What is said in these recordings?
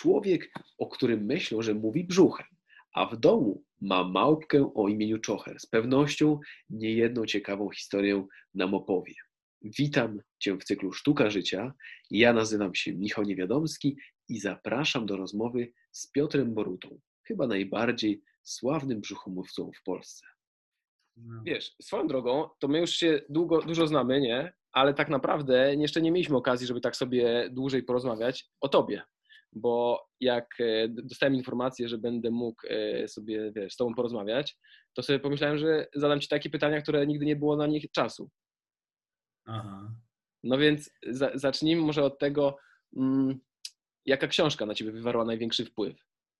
człowiek, o którym myślą, że mówi brzuchem, a w domu ma małpkę o imieniu Czocher. Z pewnością niejedną ciekawą historię nam opowie. Witam Cię w cyklu Sztuka Życia. Ja nazywam się Michał Niewiadomski i zapraszam do rozmowy z Piotrem Borutą, chyba najbardziej sławnym brzuchomówcą w Polsce. Wiesz, swoją drogą, to my już się dużo znamy, nie? Ale tak naprawdę jeszcze nie mieliśmy okazji, żeby tak sobie dłużej porozmawiać o tobie. Bo jak dostałem informację, że będę mógł sobie, wiesz, z tobą porozmawiać, to sobie pomyślałem, że zadam ci takie pytania, które nigdy nie było na nich czasu. Aha. No więc zacznijmy może od tego, jaka książka na ciebie wywarła największy wpływ?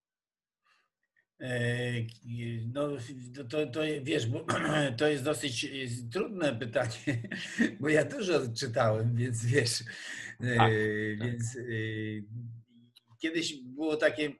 No to wiesz, bo to jest dosyć trudne pytanie, bo ja dużo czytałem, więc wiesz, Tak. więc kiedyś było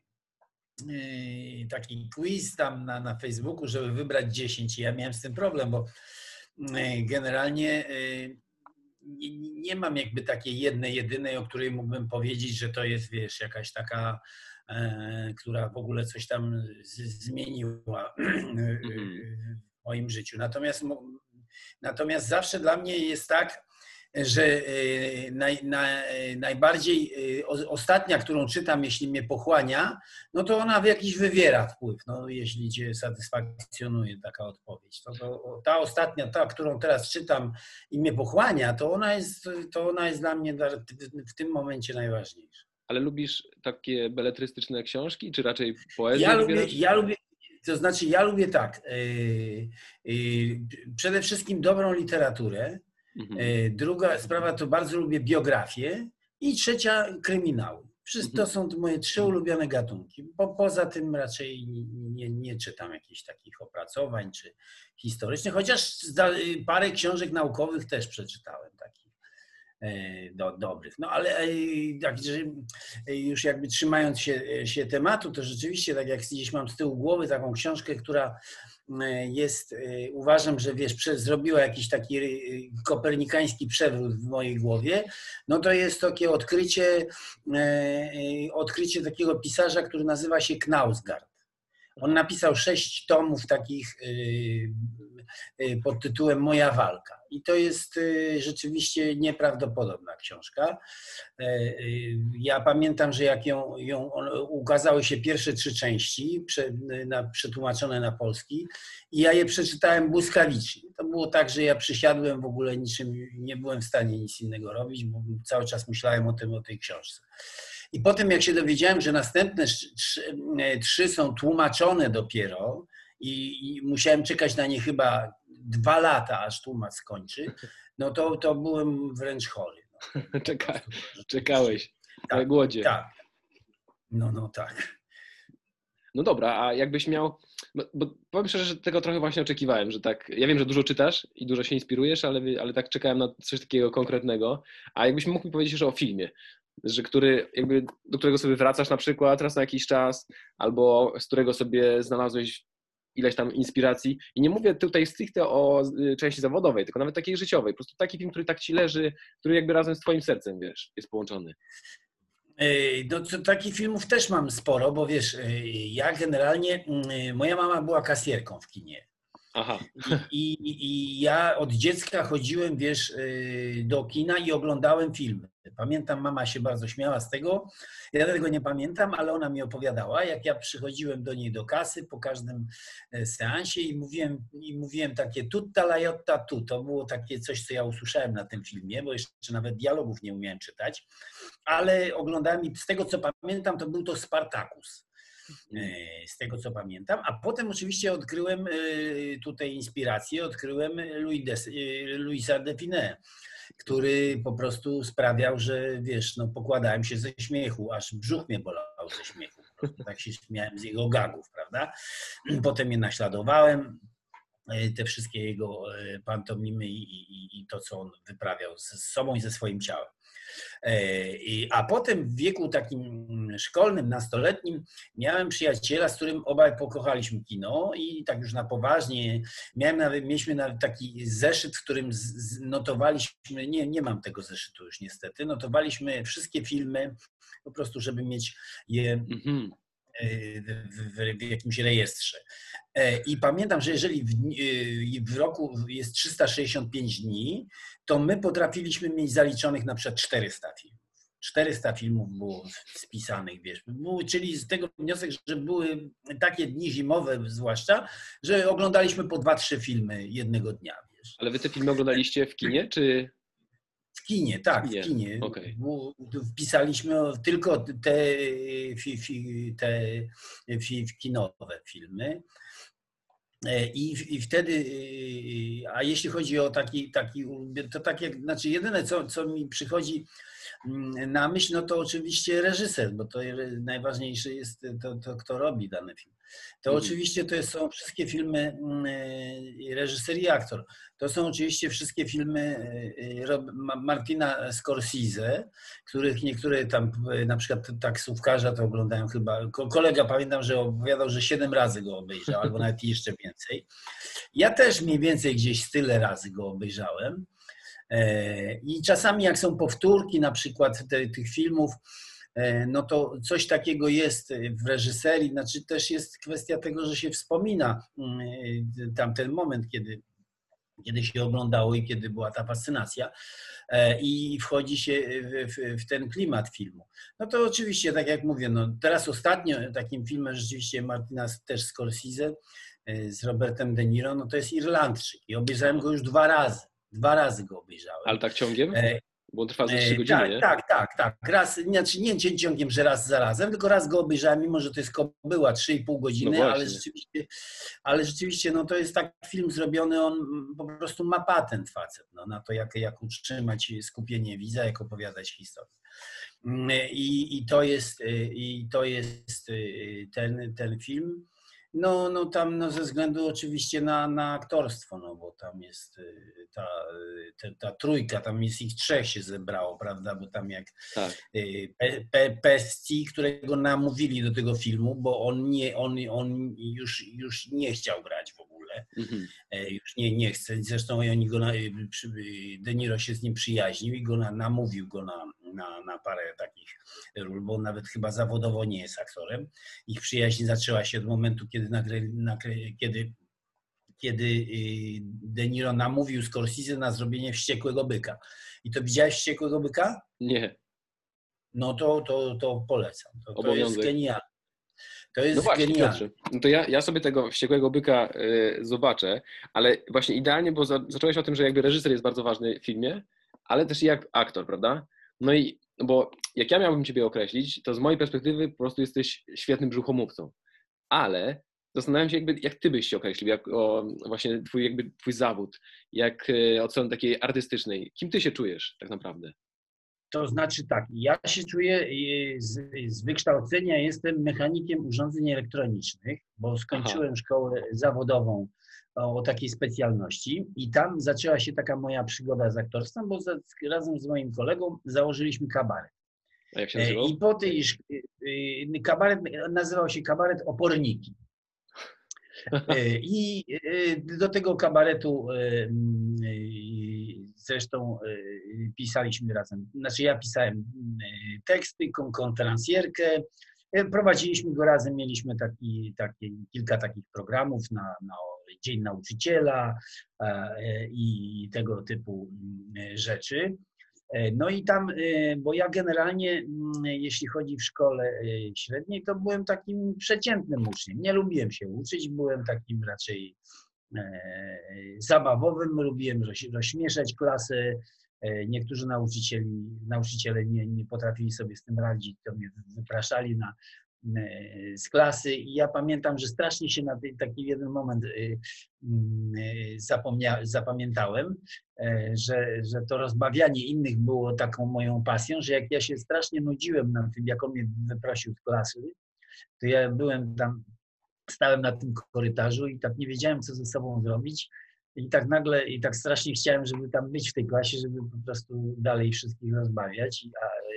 taki quiz tam na Facebooku, żeby wybrać 10 i ja miałem z tym problem, bo generalnie nie mam jakby takiej jedynej, o której mógłbym powiedzieć, że to jest, wiesz, jakaś taka, która w ogóle coś tam zmieniła w moim życiu. Natomiast zawsze dla mnie jest tak, że najbardziej ostatnia, którą czytam, jeśli mnie pochłania, no to ona w jakiś wywiera wpływ, no jeśli cię satysfakcjonuje taka odpowiedź. To ta ostatnia, ta, którą teraz czytam i mnie pochłania, to ona jest dla mnie w tym momencie najważniejsza. Ale lubisz takie beletrystyczne książki, czy raczej poezję wybierasz? Ja lubię tak, przede wszystkim dobrą literaturę. Druga sprawa to bardzo lubię biografię i trzecia kryminały. To są moje 3 ulubione gatunki. Poza tym raczej nie czytam jakichś takich opracowań czy historycznych, chociaż parę książek naukowych też przeczytałem takich dobrych. No ale już jakby trzymając się tematu, to rzeczywiście tak jak gdzieś mam z tyłu głowy taką książkę, która jest, uważam, że wiesz, zrobiła jakiś taki kopernikański przewrót w mojej głowie, no to jest takie odkrycie takiego pisarza, który nazywa się Knausgaard. On napisał 6 tomów takich pod tytułem Moja walka. I to jest rzeczywiście nieprawdopodobna książka. Ja pamiętam, że jak ukazały się pierwsze 3 części, przetłumaczone na polski, i ja je przeczytałem błyskawicznie. To było tak, że ja przysiadłem, w ogóle nie byłem w stanie nic innego robić, bo cały czas myślałem o tej książce. I potem jak się dowiedziałem, że następne 3 są tłumaczone dopiero i musiałem czekać na nie chyba 2 lata, aż tłumacz skończy, no to byłem wręcz chory. No. Czekałeś na głodzie. Tak. No tak. No dobra, a jakbyś miał, bo powiem szczerze, że tego trochę właśnie oczekiwałem, że tak, ja wiem, że dużo czytasz i dużo się inspirujesz, ale tak czekałem na coś takiego konkretnego, a jakbyś mógł mi powiedzieć już o filmie, że do którego sobie wracasz na przykład raz na jakiś czas, albo z którego sobie znalazłeś ileś tam inspiracji. I nie mówię tutaj stricte o części zawodowej, tylko nawet takiej życiowej. Po prostu taki film, który tak ci leży, który jakby razem z twoim sercem, wiesz, jest połączony. No, takich filmów też mam sporo, bo wiesz, ja generalnie, moja mama była kasjerką w kinie. Aha. I ja od dziecka chodziłem, wiesz, do kina i oglądałem filmy. Pamiętam, mama się bardzo śmiała z tego. Ja tego nie pamiętam, ale ona mi opowiadała, jak ja przychodziłem do niej do kasy po każdym seansie i mówiłem takie tutta la jotta tu. To było takie coś, co ja usłyszałem na tym filmie, bo jeszcze nawet dialogów nie umiałem czytać, ale oglądałem i z tego, co pamiętam, to był to Spartacus. Z tego, co pamiętam. A potem oczywiście odkryłem tutaj inspirację, odkryłem Louisa de Funès, który po prostu sprawiał, że wiesz, no pokładałem się ze śmiechu, aż brzuch mnie bolał ze śmiechu. Tak się śmiałem z jego gagów, prawda? Potem je naśladowałem, te wszystkie jego pantomimy i to, co on wyprawiał z sobą i ze swoim ciałem. A potem w wieku takim szkolnym, nastoletnim miałem przyjaciela, z którym obaj pokochaliśmy kino i tak już na poważnie. Mieliśmy nawet taki zeszyt, w którym notowaliśmy, nie mam tego zeszytu już niestety, notowaliśmy wszystkie filmy po prostu, żeby mieć je w jakimś rejestrze. I pamiętam, że jeżeli w roku jest 365 dni, to my potrafiliśmy mieć zaliczonych na przykład 400 filmów. 400 filmów było spisanych, wiesz. Czyli z tego wniosek, że były takie dni zimowe zwłaszcza, że oglądaliśmy po 2-3 filmy jednego dnia, wiesz. Ale wy te filmy oglądaliście w kinie, czy... W kinie, tak, w kinie. Okay. Wpisaliśmy tylko te kinowe filmy. I wtedy, a jeśli chodzi o taki to tak jak, znaczy jedyne co mi przychodzi na myśl, no to oczywiście reżyser, bo to najważniejsze jest to kto robi dany film. To oczywiście to są wszystkie filmy reżyser i aktor. To są oczywiście wszystkie filmy Martina Scorsese, których niektóre tam, na przykład Taksówkarza to oglądają chyba, kolega pamiętam, że opowiadał, że 7 razy go obejrzał, albo nawet jeszcze więcej. Ja też mniej więcej gdzieś tyle razy go obejrzałem. I czasami jak są powtórki na przykład tych filmów, no to coś takiego jest w reżyserii, znaczy też jest kwestia tego, że się wspomina tamten moment, kiedy się oglądało i kiedy była ta fascynacja i wchodzi się w ten klimat filmu. No to oczywiście, tak jak mówię, no teraz ostatnio takim filmem rzeczywiście Martina też Scorsese z Robertem De Niro, no to jest Irlandczyk i obejrzałem go już 2 razy. 2 razy go obejrzałem. Ale tak ciągiem? Bo on trwa ze 3 godziny, nie? Tak. Raz, znaczy nie ciągiem, że raz za razem, tylko raz go obejrzałem, mimo że to jest była 3,5 godziny, no ale rzeczywiście no to jest tak film zrobiony, on po prostu ma patent facet na to, jak utrzymać skupienie widza, jak opowiadać historię. I to jest ten film. No tam ze względu oczywiście na aktorstwo, no bo tam jest ta trójka, tam jest ich 3 się zebrało, prawda, bo tam jak Pesci, którego namówili do tego filmu, bo on już nie chciał grać w ogóle, już nie chce, zresztą oni go, De Niro się z nim przyjaźnił i namówił go na parę takich ról, bo on nawet chyba zawodowo nie jest aktorem. Ich przyjaźń zaczęła się od momentu, kiedy De Niro namówił Scorsese na zrobienie Wściekłego Byka. I to widziałeś Wściekłego Byka? Nie. No to polecam. To jest genialne. To jest no właśnie, genialne. Piotrze, no to ja sobie tego Wściekłego Byka zobaczę, ale właśnie idealnie, bo zacząłeś o tym, że jakby reżyser jest bardzo ważny w filmie, ale też i jak aktor, prawda? No i, bo jak ja miałbym ciebie określić, to z mojej perspektywy po prostu jesteś świetnym brzuchomówcą, ale zastanawiam się, jak ty byś się określił, właśnie twój zawód, jak od strony takiej artystycznej. Kim ty się czujesz tak naprawdę? To znaczy tak, ja się czuję, z wykształcenia jestem mechanikiem urządzeń elektronicznych, bo skończyłem szkołę zawodową o takiej specjalności i tam zaczęła się taka moja przygoda z aktorstwem, bo razem z moim kolegą założyliśmy kabaret. A jak się nazywał? I po tej kabaret nazywał się Kabaret Oporniki. I do tego kabaretu zresztą pisaliśmy razem, znaczy ja pisałem teksty, konferencjerkę, prowadziliśmy go razem, mieliśmy kilka takich programów na Dzień Nauczyciela i tego typu rzeczy. No i tam, bo ja generalnie, jeśli chodzi w szkole średniej, to byłem takim przeciętnym uczniem. Nie lubiłem się uczyć, byłem takim raczej zabawowym, lubiłem rozśmieszać klasę. Niektórzy nauczyciele nie potrafili sobie z tym radzić, to mnie wypraszali z klasy i ja pamiętam, że strasznie się na taki jeden moment zapamiętałem, że to rozbawianie innych było taką moją pasją, że jak ja się strasznie nudziłem na tym, jak on mnie wyprosił z klasy, to ja stałem na tym korytarzu i tak nie wiedziałem, co ze sobą zrobić I tak nagle, i tak strasznie chciałem, żeby tam być w tej klasie, żeby po prostu dalej wszystkich rozmawiać,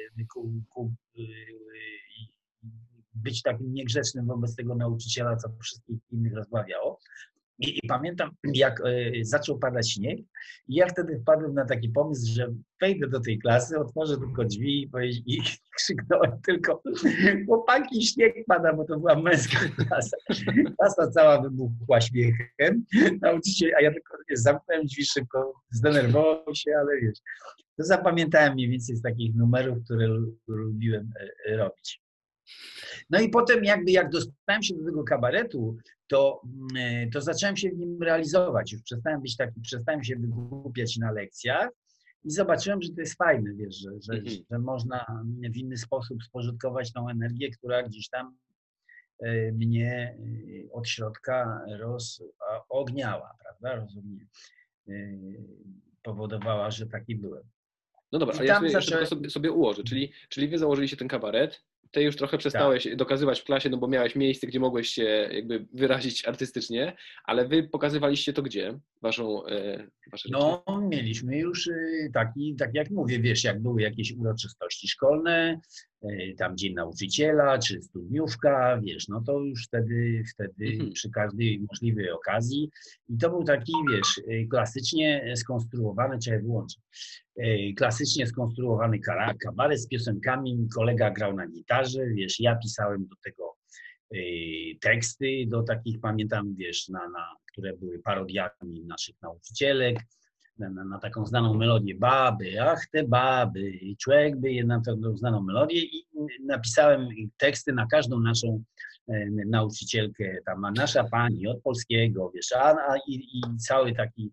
i być takim niegrzecznym wobec tego nauczyciela, co wszystkich innych rozmawiało. I pamiętam, jak zaczął padać śnieg i ja wtedy wpadłem na taki pomysł, że wejdę do tej klasy, otworzę tylko drzwi i krzyknąłem tylko: chłopaki, śnieg pada, bo to była męska klasa. Klasa cała wybuchła śmiechem. Nauczyciel, a ja tylko zamknąłem drzwi szybko, zdenerwował się, ale wiesz, to zapamiętałem mniej więcej z takich numerów, które lubiłem robić. No i potem jakby jak dostałem się do tego kabaretu, to zacząłem się w nim realizować. Już przestałem być taki, przestałem się wygłupiać na lekcjach i zobaczyłem, że to jest fajne, wiesz, że można w inny sposób spożytkować tą energię, która gdzieś tam mnie od środka rozogniała, prawda? Rozumiem. Powodowała, że taki byłem. No dobra, ale ja sobie ułożę. Czyli wy założyliście ten kabaret, ty już trochę przestałeś dokazywać w klasie, no bo miałeś miejsce, gdzie mogłeś się jakby wyrazić artystycznie, ale wy pokazywaliście to gdzie? Wasze No, mieliśmy już tak jak mówię, wiesz, jak były jakieś uroczystości szkolne, tam Dzień Nauczyciela, czy studniówka, wiesz, no to już wtedy przy każdej możliwej okazji. I to był taki, wiesz, klasycznie skonstruowany, czekaj, wyłączę, klasycznie skonstruowany kabaret z piosenkami, kolega grał na gitarze, wiesz, ja pisałem do tego teksty, do takich, pamiętam, wiesz, które były parodiami naszych nauczycielek, na taką znaną melodię baby, ach te baby, i człowiek by jedna tą znaną melodię i napisałem teksty na każdą naszą nauczycielkę, tam nasza pani od polskiego, wiesz, i cały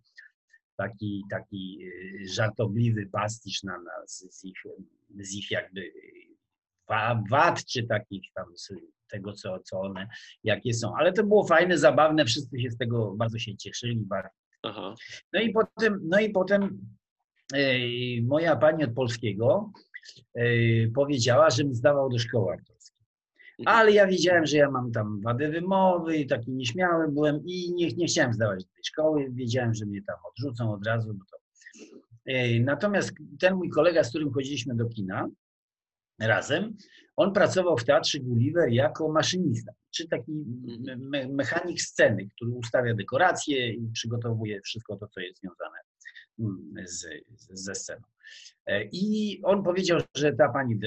taki żartobliwy pastisz z ich jakby wad, czy takich tam tego, co one, jakie są. Ale to było fajne, zabawne, wszyscy się z tego bardzo się cieszyli. Aha. No i potem moja pani od polskiego powiedziała, żebym zdawał do szkoły aktorskiej. Ale ja wiedziałem, że ja mam tam wadę wymowy i taki nieśmiały byłem i nie chciałem zdawać do tej szkoły. Wiedziałem, że mnie tam odrzucą od razu. Natomiast ten mój kolega, z którym chodziliśmy do kina razem, on pracował w Teatrze Gulliver jako maszynista, czy taki mechanik sceny, który ustawia dekoracje i przygotowuje wszystko to, co jest związane ze sceną. I on powiedział, że ta pani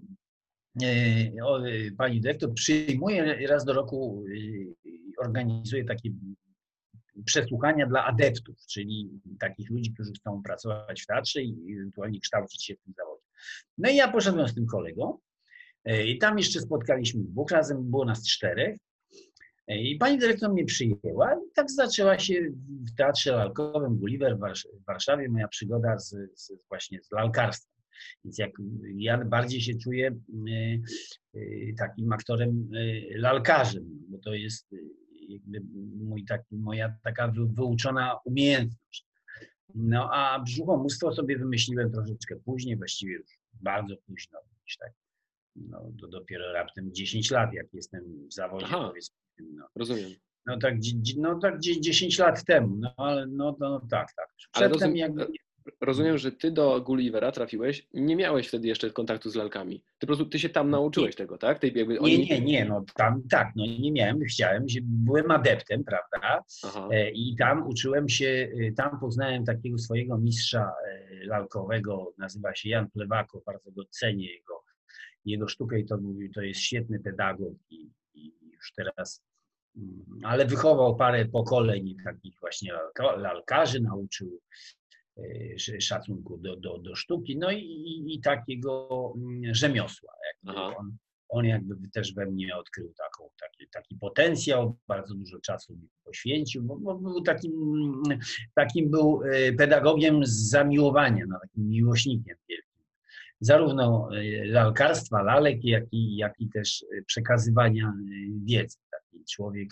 dyrektor przyjmuje raz do roku, organizuje takie przesłuchania dla adeptów, czyli takich ludzi, którzy chcą pracować w teatrze i ewentualnie kształcić się w tym zawodzie. No i ja poszedłem z tym kolegą i tam jeszcze spotkaliśmy dwóch, razem było nas 4. I pani dyrektor mnie przyjęła i tak zaczęła się w Teatrze Lalkowym Gulliver w Warszawie moja przygoda właśnie z lalkarstwem. Więc jak ja bardziej się czuję takim aktorem lalkarzem, bo to jest jakby moja taka wyuczona umiejętność. No a brzuchomóstwo sobie wymyśliłem troszeczkę później, właściwie już bardzo późno, tak. No, to dopiero raptem 10 lat, jak jestem w zawodzie, powiedzmy. No. Rozumiem. No tak 10 lat temu, no ale tak. Przedtem rozumiem, że ty do Gullivera trafiłeś, nie miałeś wtedy jeszcze kontaktu z lalkami. Ty po prostu ty się tam nauczyłeś tego, tak? Nie, no tam tak, no nie miałem, byłem adeptem, prawda? Aha. I tam uczyłem się, tam poznałem takiego swojego mistrza lalkowego, nazywa się Jan Plewakow, bardzo go cenię, jego sztukę i to jest świetny pedagog i już teraz, ale wychował parę pokoleń takich właśnie lalkarzy, nauczył szacunku do sztuki, no i takiego rzemiosła. On jakby też we mnie odkrył taki potencjał, bardzo dużo czasu mi poświęcił, bo był takim był pedagogiem z zamiłowania, takim miłośnikiem wielkim. Zarówno lalkarstwa, lalek, jak i też przekazywania wiedzy. Taki człowiek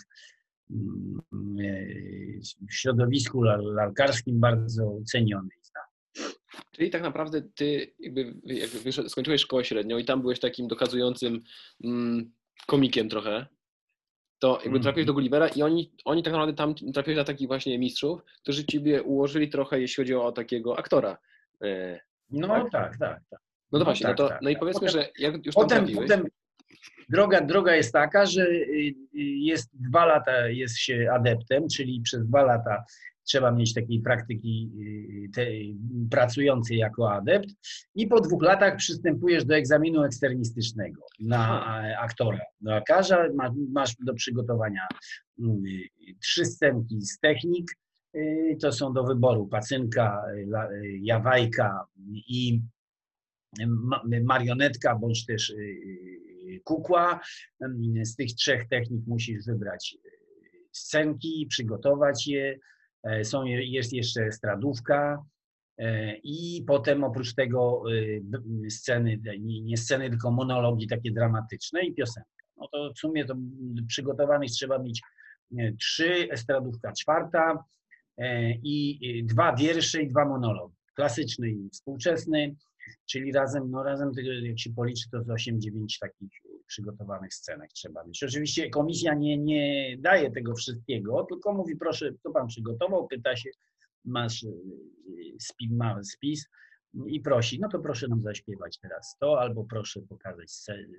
w środowisku lalkarskim bardzo ceniony i znany. Czyli tak naprawdę ty jakby skończyłeś szkołę średnią i tam byłeś takim dokazującym komikiem trochę. to jakby trafiłeś do Gullivera i oni tak naprawdę tam trafiłeś na takich właśnie mistrzów, którzy ciebie ułożyli trochę, jeśli chodzi o takiego aktora. No tak. No to właśnie, no i powiedzmy, że jak już tam trafiłeś... Potem droga jest taka, że jest 2 lata jest się adeptem, czyli przez 2 lata trzeba mieć takiej praktyki pracującej jako adept i po 2 latach przystępujesz do egzaminu eksternistycznego na aktora, do lekarza. Masz do przygotowania 3 scenki z technik, to są do wyboru pacynka, jawajka i marionetka, bądź też kukła. Z tych 3 technik musisz wybrać scenki, przygotować je. Jest jeszcze stradówka i potem oprócz tego sceny, nie sceny, tylko monologi takie dramatyczne i piosenka. No to w sumie to przygotowanych trzeba mieć 3, estradówka 4 i 2 wiersze i 2 monologi. Klasyczny i współczesny, czyli razem jak się policzy, to z 8-9 takich przygotowanych scenek trzeba mieć. Oczywiście komisja nie daje tego wszystkiego, tylko mówi, proszę, kto pan przygotował, pyta się, masz spis i prosi, no to proszę nam zaśpiewać teraz to, albo proszę pokazać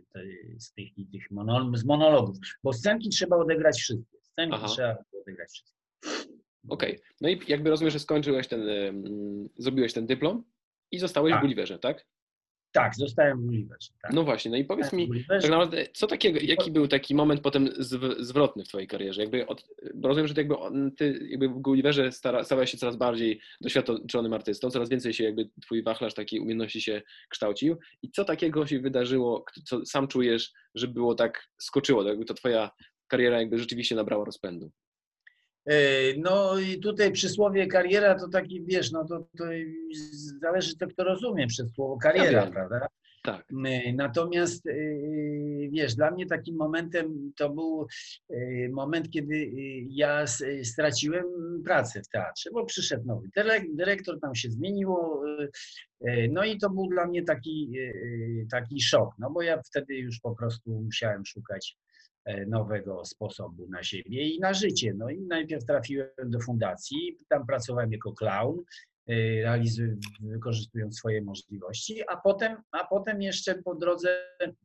z monologów, bo scenki trzeba odegrać wszystkie. Trzeba odegrać wszystkie. Okej. No i jakby rozumiem, że zrobiłeś ten dyplom i zostałeś w Gulliverze, tak? Tak, zostałem w Gulliverze. Tak. No właśnie, no i powiedz mi tak naprawdę, jaki był taki moment potem zwrotny w twojej karierze? Bo rozumiem, że ty w Gulliverze stałeś się coraz bardziej doświadczonym artystą, coraz więcej się twój wachlarz takiej umiejętności się kształcił. I co takiego się wydarzyło, co sam czujesz, że było tak skoczyło, to twoja kariera rzeczywiście nabrała rozpędu? No i tutaj przysłowie kariera to taki, wiesz, no to zależy to, kto rozumie przez słowo kariera, prawda? Tak. Natomiast, wiesz, dla mnie takim momentem to był moment, kiedy ja straciłem pracę w teatrze, bo przyszedł nowy dyrektor, tam się zmieniło, no i to był dla mnie taki szok, no bo ja wtedy już po prostu musiałem szukać nowego sposobu na siebie i na życie. No i najpierw trafiłem do fundacji, tam pracowałem jako klaun, wykorzystując swoje możliwości, a potem jeszcze po drodze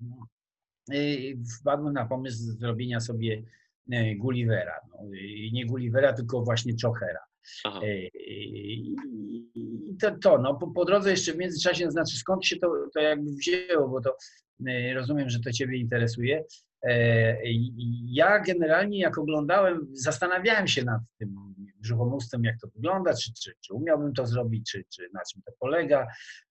wpadłem na pomysł zrobienia sobie Gullivera. No, nie Gullivera, tylko właśnie Chokera. I no, po drodze jeszcze w międzyczasie, znaczy skąd się to jakby wzięło, bo to rozumiem, że to Ciebie interesuje. Ja generalnie jak oglądałem, zastanawiałem się nad tym brzuchomóstwem, jak to wygląda, czy umiałbym to zrobić, czy na czym to polega.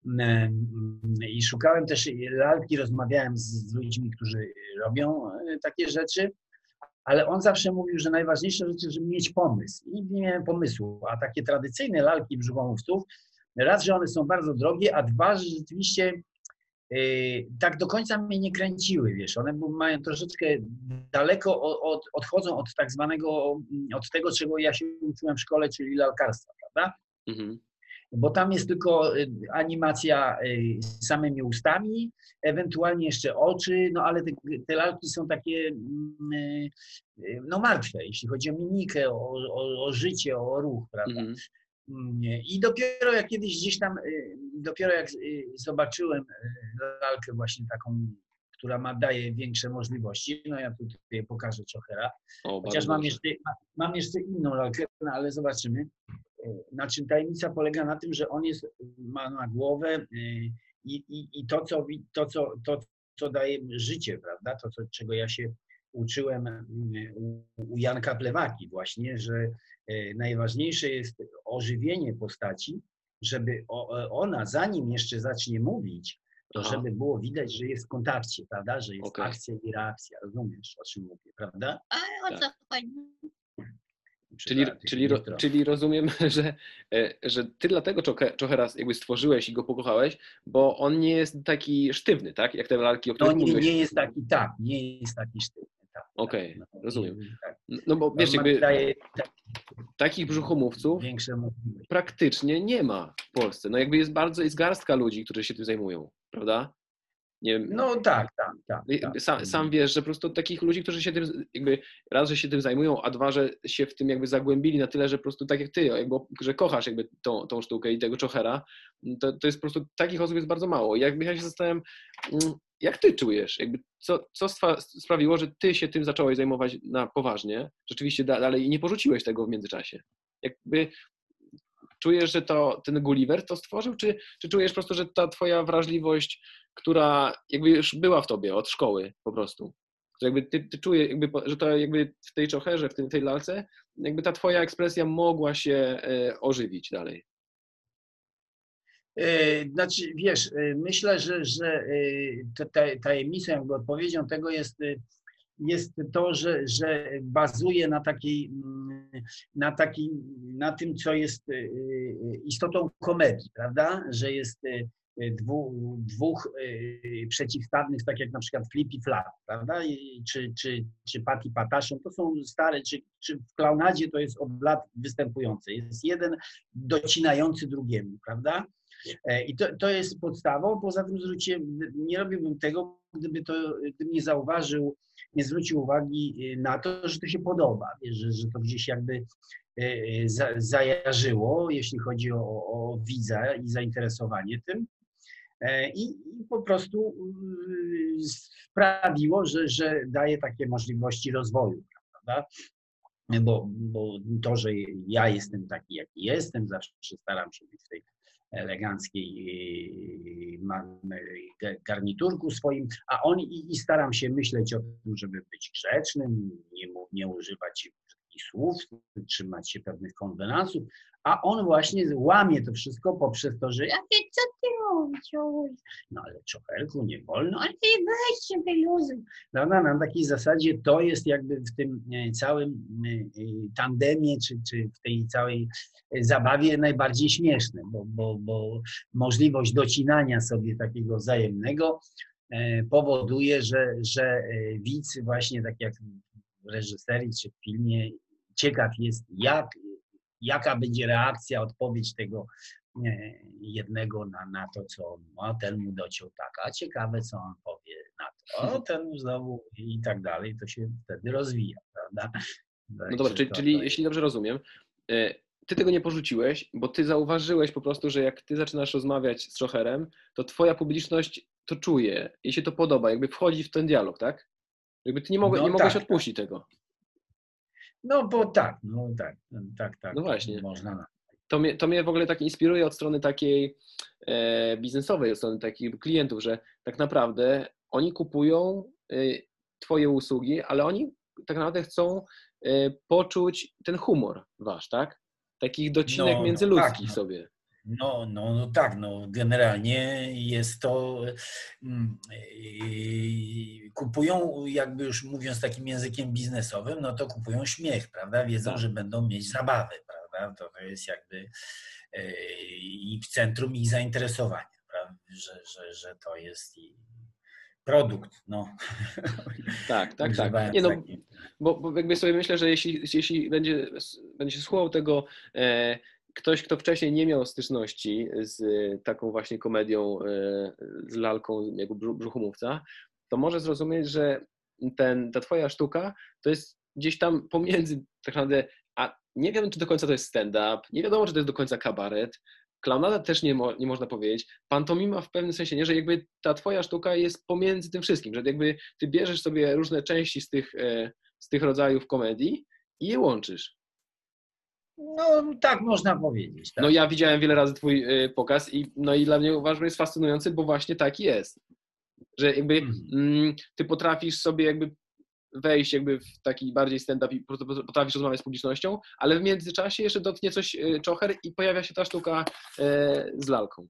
I szukałem też lalki, rozmawiałem z ludźmi, którzy robią takie rzeczy, ale on zawsze mówił, że najważniejsza rzecz jest, żeby mieć pomysł. I nie miałem pomysłu, a takie tradycyjne lalki brzuchomówców, raz, że one są bardzo drogie, a dwa, że rzeczywiście tak do końca mnie nie kręciły, wiesz, one mają troszeczkę daleko, odchodzą od tak zwanego, od tego, czego ja się uczyłem w szkole, czyli lalkarstwa, prawda? Mhm. Bo tam jest tylko animacja samymi ustami, ewentualnie jeszcze oczy, no ale te lalki są takie no martwe, jeśli chodzi o mimikę, o życie, o ruch, prawda? Mhm. I dopiero jak kiedyś gdzieś tam, dopiero jak zobaczyłem lalkę właśnie taką, która daje większe możliwości, no ja tutaj pokażę Chokera, chociaż mam jeszcze inną lalkę, no ale zobaczymy. Znaczy tajemnica polega na tym, że on ma na głowę i to, co daje życie, prawda, czego ja się uczyłem u Janka Plewaki właśnie, że najważniejsze jest ożywienie postaci, żeby ona, zanim jeszcze zacznie mówić, to żeby było widać, że jest w kontakcie, prawda, że jest akcja i reakcja, rozumiesz, o czym mówię, prawda? A o co chodzi? Czyli rozumiem, że ty dlatego Chokera jakby stworzyłeś i go pokochałeś, bo on nie jest taki sztywny, tak? Jak te lalki, o których mówiłeś. Nie jest taki, tak, nie jest taki sztywny. Tak, Okej, rozumiem. No bo wiesz, jakby takich brzuchomówców praktycznie nie ma w Polsce. No jakby jest garstka ludzi, którzy się tym zajmują, prawda? Nie, No tak. sam wiesz, że po prostu takich ludzi, którzy się tym jakby raz, że się tym zajmują, a dwa, że się w tym jakby zagłębili na tyle, że po prostu tak jak ty, jakby, że kochasz jakby tą sztukę i tego czochera, to jest po prostu takich osób jest bardzo mało. I jakby ja się zastanawiam, jak ty czujesz, jakby co sprawiło, że ty się tym zacząłeś zajmować na poważnie, rzeczywiście dalej i nie porzuciłeś tego w międzyczasie. Jakby czujesz, że to ten Gulliver to stworzył, czy czujesz po prostu, że ta twoja wrażliwość, która jakby już była w tobie od szkoły po prostu, że jakby ty czujesz, jakby, że to jakby w tej czocherze, w tej lalce, jakby ta twoja ekspresja mogła się ożywić dalej? Znaczy, wiesz, myślę, że tajemnicą, jakby odpowiedzią tego jest to, że bazuje na tym, co jest istotą komedii, prawda? Że jest dwóch przeciwstawnych, tak jak na przykład Flip i Flap, prawda? Czy Pat i Pataszon, to są stare, czy w klaunadzie to jest od lat występujące. Jest jeden docinający drugiemu, prawda? I to jest podstawą. Poza tym nie robiłbym tego, gdybym nie zauważył, nie zwrócił uwagi na to, że to się podoba, że to gdzieś jakby zajarzyło, jeśli chodzi o widza i zainteresowanie tym. I po prostu sprawiło, że daje takie możliwości rozwoju, prawda? Bo to, że ja jestem taki, jaki jestem, zawsze staram się być w tej eleganckiej garniturku swoim, a i staram się myśleć o tym, żeby być grzecznym, nie używać brzydkich słów, trzymać się pewnych konwenansów, a on właśnie łamie to wszystko poprzez to, że co ty mówisz? No ale czocherku nie wolno, ale ty weź się wyluzuj. Prawda? Na takiej zasadzie to jest jakby w tym całym tandemie, czy w tej całej zabawie najbardziej śmieszne, bo możliwość docinania sobie takiego wzajemnego powoduje, że widz właśnie tak jak w reżyserii czy w filmie ciekaw jest, jaka będzie reakcja, odpowiedź tego jednego na to, co on ma, ten mu dociął tak, a ciekawe, co on powie na to, o ten znowu i tak dalej, to się wtedy rozwija, prawda? No dobra, czyli jeśli dobrze rozumiem, ty tego nie porzuciłeś, bo ty zauważyłeś po prostu, że jak ty zaczynasz rozmawiać z czocherem, to twoja publiczność to czuje, jej się to podoba, jakby wchodzi w ten dialog, tak? Jakby ty nie mogłeś odpuścić tego. No bo tak. No właśnie. Można. To mnie w ogóle tak inspiruje od strony takiej biznesowej, od strony takich klientów, że tak naprawdę oni kupują twoje usługi, ale oni tak naprawdę chcą poczuć ten humor wasz, tak? Takich docinek międzyludzkich sobie. Tak, generalnie jest to, kupują, jakby już mówiąc takim językiem biznesowym, no to kupują śmiech, prawda? Wiedzą, że będą mieć zabawę, prawda? To jest jakby i w centrum ich zainteresowania, prawda? Że to jest produkt, no. Tak. Nie, no, bo jakby sobie myślę, że jeśli będzie się słuchał tego ktoś, kto wcześniej nie miał styczności z taką właśnie komedią, z lalką jako brzuchomówca, to może zrozumieć, że ta twoja sztuka to jest gdzieś tam pomiędzy tak naprawdę, a nie wiem, czy do końca to jest stand-up, nie wiadomo, czy to jest do końca kabaret, klaunada też nie można powiedzieć, pantomima w pewnym sensie nie, że jakby ta twoja sztuka jest pomiędzy tym wszystkim, że jakby ty bierzesz sobie różne części z tych rodzajów komedii i je łączysz. No tak można powiedzieć. Tak. No ja widziałem wiele razy twój pokaz i dla mnie uważam, że jest fascynujący, bo właśnie tak jest. Że jakby ty potrafisz sobie jakby wejść jakby w taki bardziej stand-up i potrafisz rozmawiać z publicznością, ale w międzyczasie jeszcze dotknie coś czocher i pojawia się ta sztuka z lalką.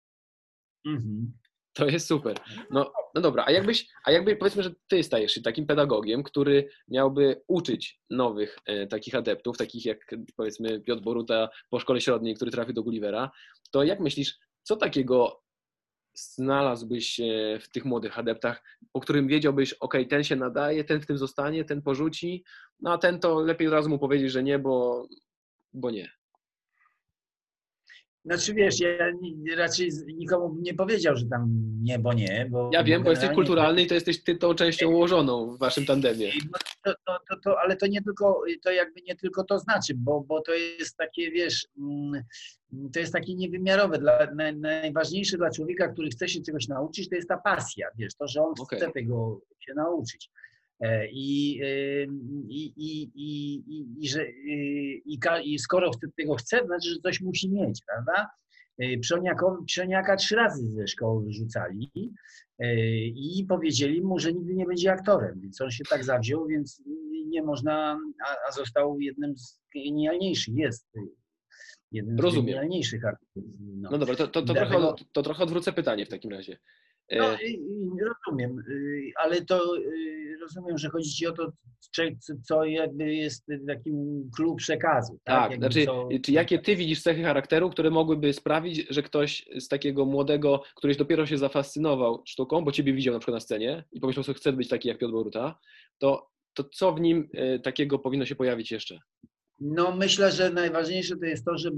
To jest super. No dobra, a jakby powiedzmy, że ty stajesz się takim pedagogiem, który miałby uczyć nowych takich adeptów, takich jak powiedzmy Piotr Boruta po szkole średniej, który trafił do Gullivera, to jak myślisz, co takiego znalazłbyś w tych młodych adeptach, po którym wiedziałbyś, ten się nadaje, ten w tym zostanie, ten porzuci, no a ten to lepiej od razu mu powiedzieć, że nie, bo nie. Znaczy wiesz, ja raczej nikomu bym nie powiedział, że tam nie, bo nie. Ja wiem, bo jesteś generalnie kulturalny i to jesteś ty tą częścią ułożoną w waszym tandemie. ale to nie tylko, to jakby nie tylko to znaczy, bo to jest takie, wiesz, to jest takie niewymiarowe. Najważniejsze dla człowieka, który chce się czegoś nauczyć, to jest ta pasja, wiesz, to, że on chce tego się nauczyć. I skoro tego chce, to znaczy, że coś musi mieć, prawda? Psioniaka 3 razy ze szkoły wyrzucali i powiedzieli mu, że nigdy nie będzie aktorem, więc on się tak zawziął, więc nie można, a został jednym z genialniejszych, jest jednym z genialniejszych aktorów. No dobra, to trochę odwrócę pytanie w takim razie. No, rozumiem, ale to rozumiem, że chodzi ci o to, co jakby jest takim clue przekazu. Tak, znaczy, czy jakie ty widzisz cechy charakteru, które mogłyby sprawić, że ktoś z takiego młodego, któryś dopiero się zafascynował sztuką, bo ciebie widział na przykład na scenie i pomyślał, że chce być taki jak Piotr Boruta, to co w nim takiego powinno się pojawić jeszcze? No myślę, że najważniejsze to jest to, żeby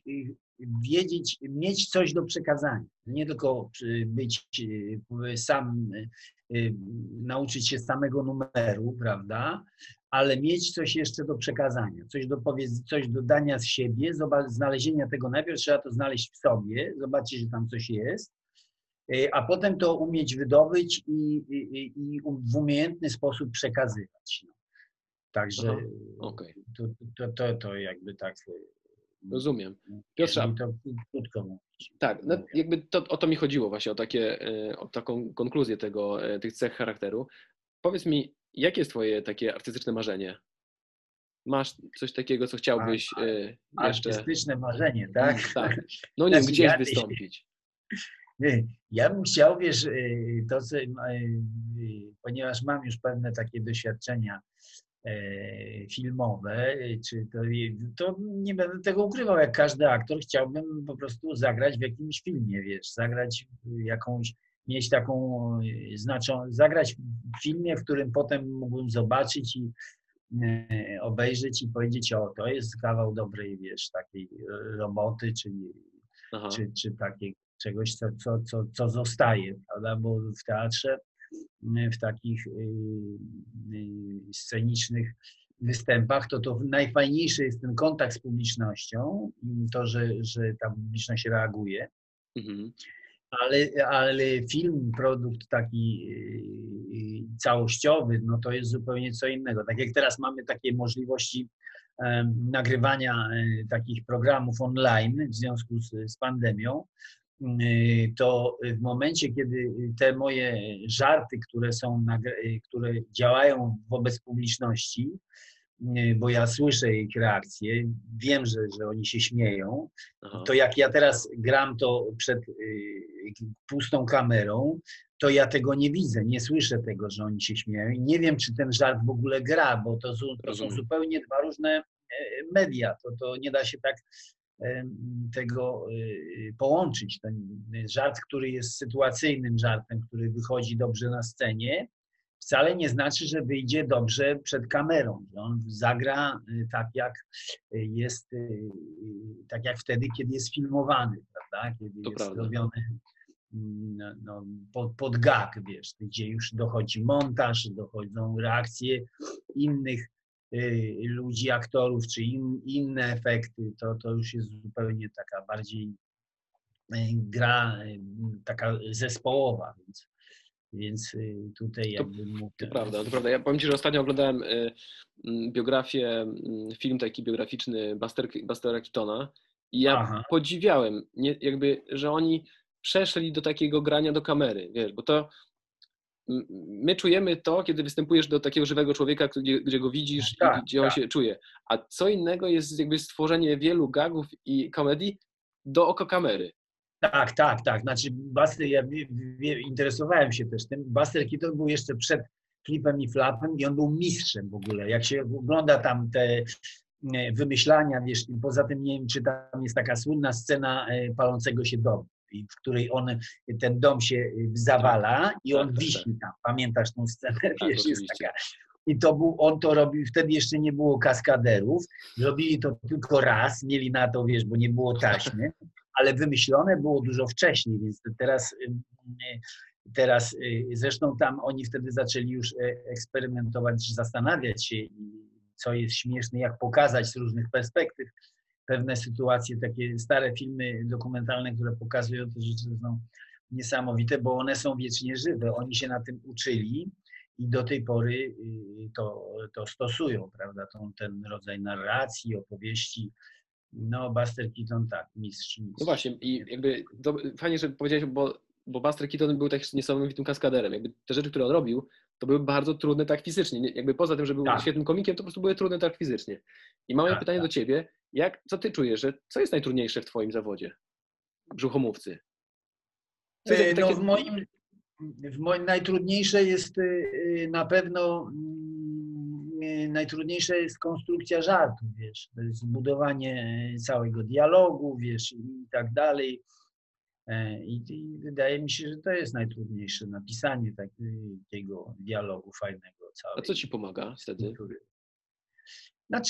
mieć coś do przekazania. Nie tylko być sam, nauczyć się samego numeru, prawda, ale mieć coś jeszcze do przekazania, coś do dania z siebie, znalezienia tego. Najpierw trzeba to znaleźć w sobie, zobaczyć, że tam coś jest, a potem to umieć wydobyć i w umiejętny sposób przekazywać. No. Także to jakby tak. Rozumiem. Piotrze, to krótko mówić. Tak, no jakby o to mi chodziło właśnie, o taką konkluzję tych cech charakteru. Powiedz mi, jakie jest twoje takie artystyczne marzenie? Masz coś takiego, co chciałbyś jeszcze... Artystyczne marzenie, tak? Tak. No nie wiem, gdzieś wystąpić. Ja bym chciał, wiesz, ponieważ mam już pewne takie doświadczenia filmowe, to nie będę tego ukrywał, jak każdy aktor chciałbym po prostu zagrać w jakimś filmie, wiesz, mieć taką zagrać w filmie, w którym potem mógłbym zobaczyć i obejrzeć i powiedzieć, o, to jest kawał dobrej, wiesz, takiej roboty, czy takiej czegoś, co zostaje, prawda, bo w teatrze, w takich scenicznych występach, to najfajniejszy jest ten kontakt z publicznością, to, że ta publiczność reaguje, ale film, produkt taki całościowy, no to jest zupełnie co innego. Tak jak teraz mamy takie możliwości nagrywania takich programów online w związku z pandemią, to w momencie, kiedy te moje żarty, które działają wobec publiczności, bo ja słyszę ich reakcje, wiem, że oni się śmieją, to jak ja teraz gram to przed pustą kamerą, to ja tego nie widzę, nie słyszę tego, że oni się śmieją i nie wiem, czy ten żart w ogóle gra, bo to są zupełnie dwa różne media, to nie da się tak tego połączyć. Ten żart, który jest sytuacyjnym żartem, który wychodzi dobrze na scenie, wcale nie znaczy, że wyjdzie dobrze przed kamerą. Że on zagra tak jak wtedy, kiedy jest filmowany, prawda? Kiedy jest robiony pod gag, wiesz, gdzie już dochodzi montaż, dochodzą reakcje innych ludzi, aktorów, czy inne efekty, to już jest zupełnie taka bardziej gra taka zespołowa, więc tutaj jakby mówię. To prawda. Ja powiem ci, że ostatnio oglądałem biografię, film taki biograficzny Bustera Keatona i ja podziwiałem, że oni przeszli do takiego grania do kamery, wiesz, bo to my czujemy to, kiedy występujesz do takiego żywego człowieka, gdzie go widzisz i gdzie on się czuje. A co innego jest jakby stworzenie wielu gagów i komedii do oko kamery. Tak. Znaczy ja interesowałem się też tym. Buster Keaton był jeszcze przed Flipem i Flapem i on był mistrzem w ogóle. Jak się ogląda tam te wymyślania, wiesz, poza tym nie wiem, czy tam jest taka słynna scena palącego się domu, w której ten dom się zawala i on wisi tam. Pamiętasz tą scenę? Wiesz, jest taka. I on to robił, wtedy jeszcze nie było kaskaderów, robili to tylko raz, mieli na to, wiesz, bo nie było taśmy, ale wymyślone było dużo wcześniej, więc teraz zresztą tam oni wtedy zaczęli już eksperymentować, zastanawiać się, co jest śmieszne, jak pokazać z różnych perspektyw pewne sytuacje, takie stare filmy dokumentalne, które pokazują te rzeczy, są niesamowite, bo one są wiecznie żywe. Oni się na tym uczyli i do tej pory to stosują, prawda, ten rodzaj narracji, opowieści. No, Buster Keaton tak, mistrz. No właśnie, i jakby fajnie, że powiedziałeś, bo Buster Keaton był też niesamowitym kaskaderem. Jakby te rzeczy, które on robił, to były bardzo trudne tak fizycznie. Jakby poza tym, że był świetnym komikiem, to po prostu były trudne tak fizycznie. I mam pytanie do ciebie, co ty czujesz, co jest najtrudniejsze w twoim zawodzie, brzuchomówcy? No, w moim najtrudniejsze jest na pewno najtrudniejsza jest konstrukcja żartu, wiesz, to jest budowanie całego dialogu, wiesz, i tak dalej. I wydaje mi się, że to jest najtrudniejsze, napisanie takiego dialogu fajnego. A co ci pomaga wtedy? Znaczy,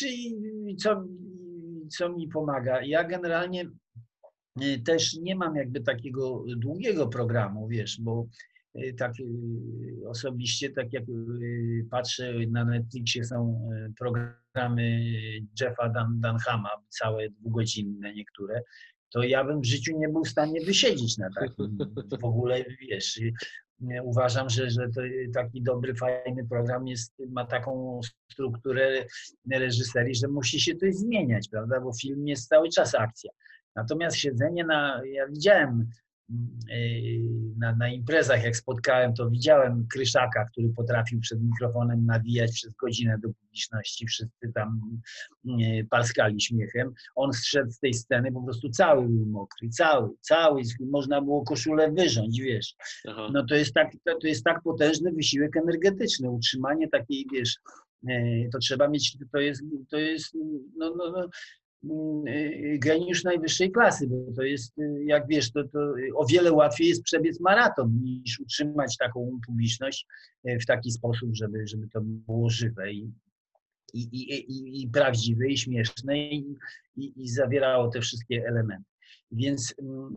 co mi pomaga? Ja generalnie też nie mam jakby takiego długiego programu, wiesz, bo tak osobiście, tak jak patrzę na Netflixie, są programy Jeffa Dunhama, całe dwugodzinne niektóre, to ja bym w życiu nie był w stanie wysiedzieć na takim. W ogóle, wiesz, uważam, że to taki dobry, fajny program ma taką strukturę reżyserii, że musi się coś zmieniać, prawda, bo film jest cały czas akcja. Natomiast siedzenie ja widziałem na imprezach, jak spotkałem, to widziałem Kryszaka, który potrafił przed mikrofonem nawijać przez godzinę do publiczności. Wszyscy tam parskali śmiechem. On zszedł z tej sceny, po prostu cały był mokry, cały. Można było koszulę wyrząć, wiesz. Aha. No to jest tak potężny wysiłek energetyczny. Utrzymanie takiej, wiesz, to trzeba mieć, to jest geniusz najwyższej klasy, bo to jest, jak wiesz, to o wiele łatwiej jest przebiec maraton niż utrzymać taką publiczność w taki sposób, żeby to było żywe i prawdziwe i śmieszne i zawierało te wszystkie elementy. Więc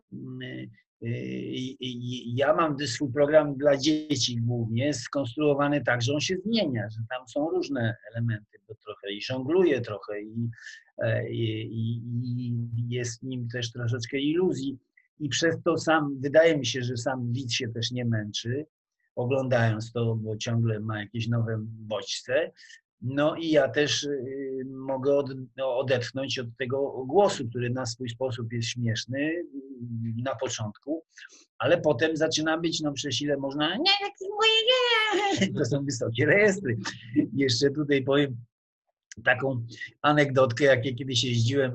ja mam swój program dla dzieci głównie skonstruowany tak, że on się zmienia, że tam są różne elementy, bo trochę i żongluję trochę i jest w nim też troszeczkę iluzji i przez to wydaje mi się, że sam widz się też nie męczy, oglądając to, bo ciągle ma jakieś nowe bodźce. No i ja też mogę odetchnąć od tego głosu, który na swój sposób jest śmieszny na początku, ale potem zaczyna być, no przecież ile można, to są wysokie rejestry. Jeszcze tutaj powiem taką anegdotkę, jak ja kiedyś jeździłem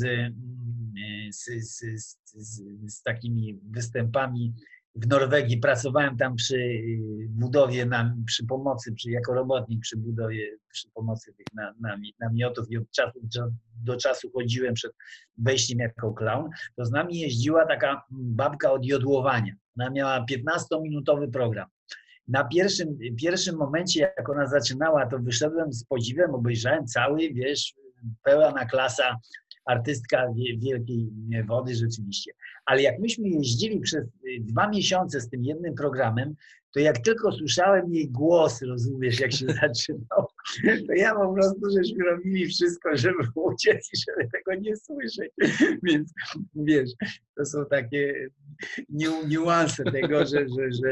z takimi występami w Norwegii, pracowałem tam przy budowie, przy pomocy, jako robotnik przy budowie, przy pomocy tych namiotów i od czasu do czasu chodziłem przed wejściem jako klaun, to z nami jeździła taka babka od jodłowania. Ona miała 15-minutowy program. Na pierwszym momencie, jak ona zaczynała, to wyszedłem z podziwem, obejrzałem cały, wiesz, pełna klasa, artystka wielkiej wody rzeczywiście. Ale jak myśmy jeździli przez 2 miesiące z tym jednym programem, to jak tylko słyszałem jej głos, rozumiesz, jak się zaczynał, to ja po prostu, żeśmy robili wszystko, żeby uciec i żeby tego nie słyszeć. Więc wiesz, to są takie niuanse tego, że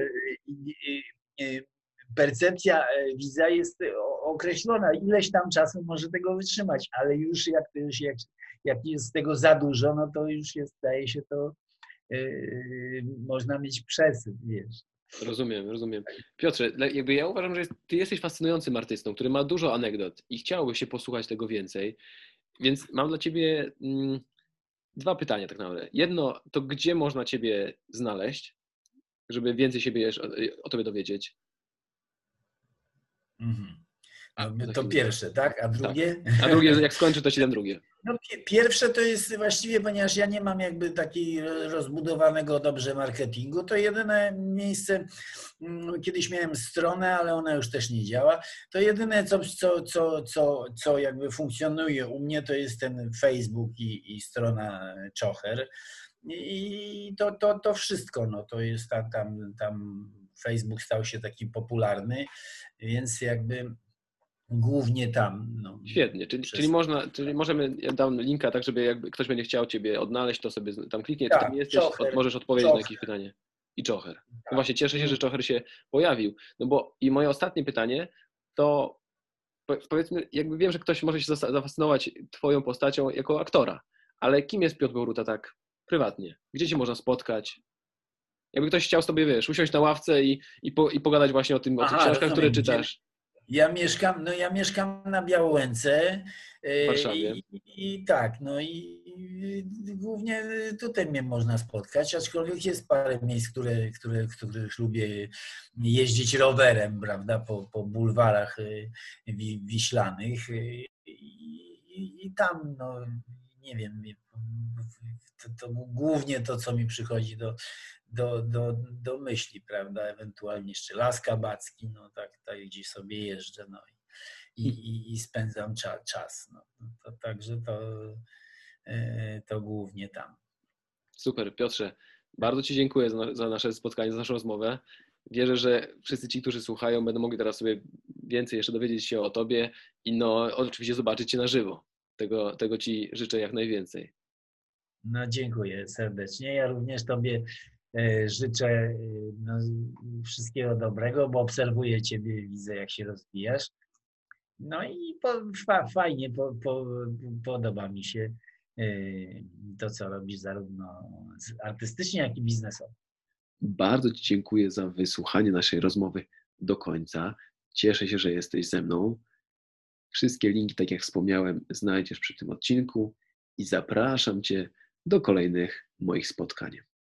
percepcja widza jest określona, ileś tam czasu może tego wytrzymać, ale już jak jest tego za dużo, no to już staje się to, można mieć przesyt, wiesz. Rozumiem. Piotrze, jakby ja uważam, że ty jesteś fascynującym artystą, który ma dużo anegdot i chciałby się posłuchać tego więcej, więc mam dla ciebie 2 pytania tak naprawdę. Jedno, to gdzie można ciebie znaleźć, żeby więcej siebie o tobie dowiedzieć? To pierwsze, tak? A drugie? Tak. A drugie, jak skończy, to ci dam drugie. No, pierwsze to jest właściwie, ponieważ ja nie mam jakby takiego rozbudowanego dobrze marketingu, to jedyne miejsce, kiedyś miałem stronę, ale ona już też nie działa, to jedyne co jakby funkcjonuje u mnie, to jest ten Facebook i strona Czocher. I to wszystko, no to jest tam Facebook stał się taki popularny, więc jakby głównie tam. No, Świetnie, czyli możemy, ja dam linka, tak żeby jakby ktoś będzie chciał Ciebie odnaleźć, to sobie tam kliknie, ty Tak, tam jesteś, Czocher, możesz odpowiedzieć na Czocher. jakieś pytanie. I Czocher. No Tak. właśnie, cieszę się, że Czocher się pojawił. No bo i moje ostatnie pytanie to powiedzmy, jakby wiem, że ktoś może się zafascynować Twoją postacią jako aktora, ale kim jest Piotr Boruta tak prywatnie? Gdzie Cię można spotkać? Jakby ktoś chciał sobie, wiesz, usiąść na ławce i pogadać właśnie o tych książkach, które czytasz. Ja mieszkam na Białęce W Warszawie. i tak, no i głównie tutaj mnie można spotkać, aczkolwiek jest parę miejsc, w których lubię jeździć rowerem, prawda, po bulwarach wiślanych i tam, no nie wiem, to głównie to, co mi przychodzi do myśli, prawda, ewentualnie jeszcze Las Kabacki, no tak gdzie sobie jeżdżę, no i spędzam czas, no także to głównie tam. Super, Piotrze, bardzo Ci dziękuję za nasze spotkanie, za naszą rozmowę. Wierzę, że wszyscy ci, którzy słuchają, będą mogli teraz sobie więcej jeszcze dowiedzieć się o Tobie i no oczywiście zobaczyć Cię na żywo. Tego Ci życzę jak najwięcej. No dziękuję serdecznie. Ja również Tobie życzę wszystkiego dobrego, bo obserwuję Ciebie, widzę jak się rozwijasz. No i fajnie, podoba mi się to, co robisz zarówno artystycznie, jak i biznesowo. Bardzo Ci dziękuję za wysłuchanie naszej rozmowy do końca. Cieszę się, że jesteś ze mną. Wszystkie linki, tak jak wspomniałem, znajdziesz przy tym odcinku i zapraszam Cię do kolejnych moich spotkań.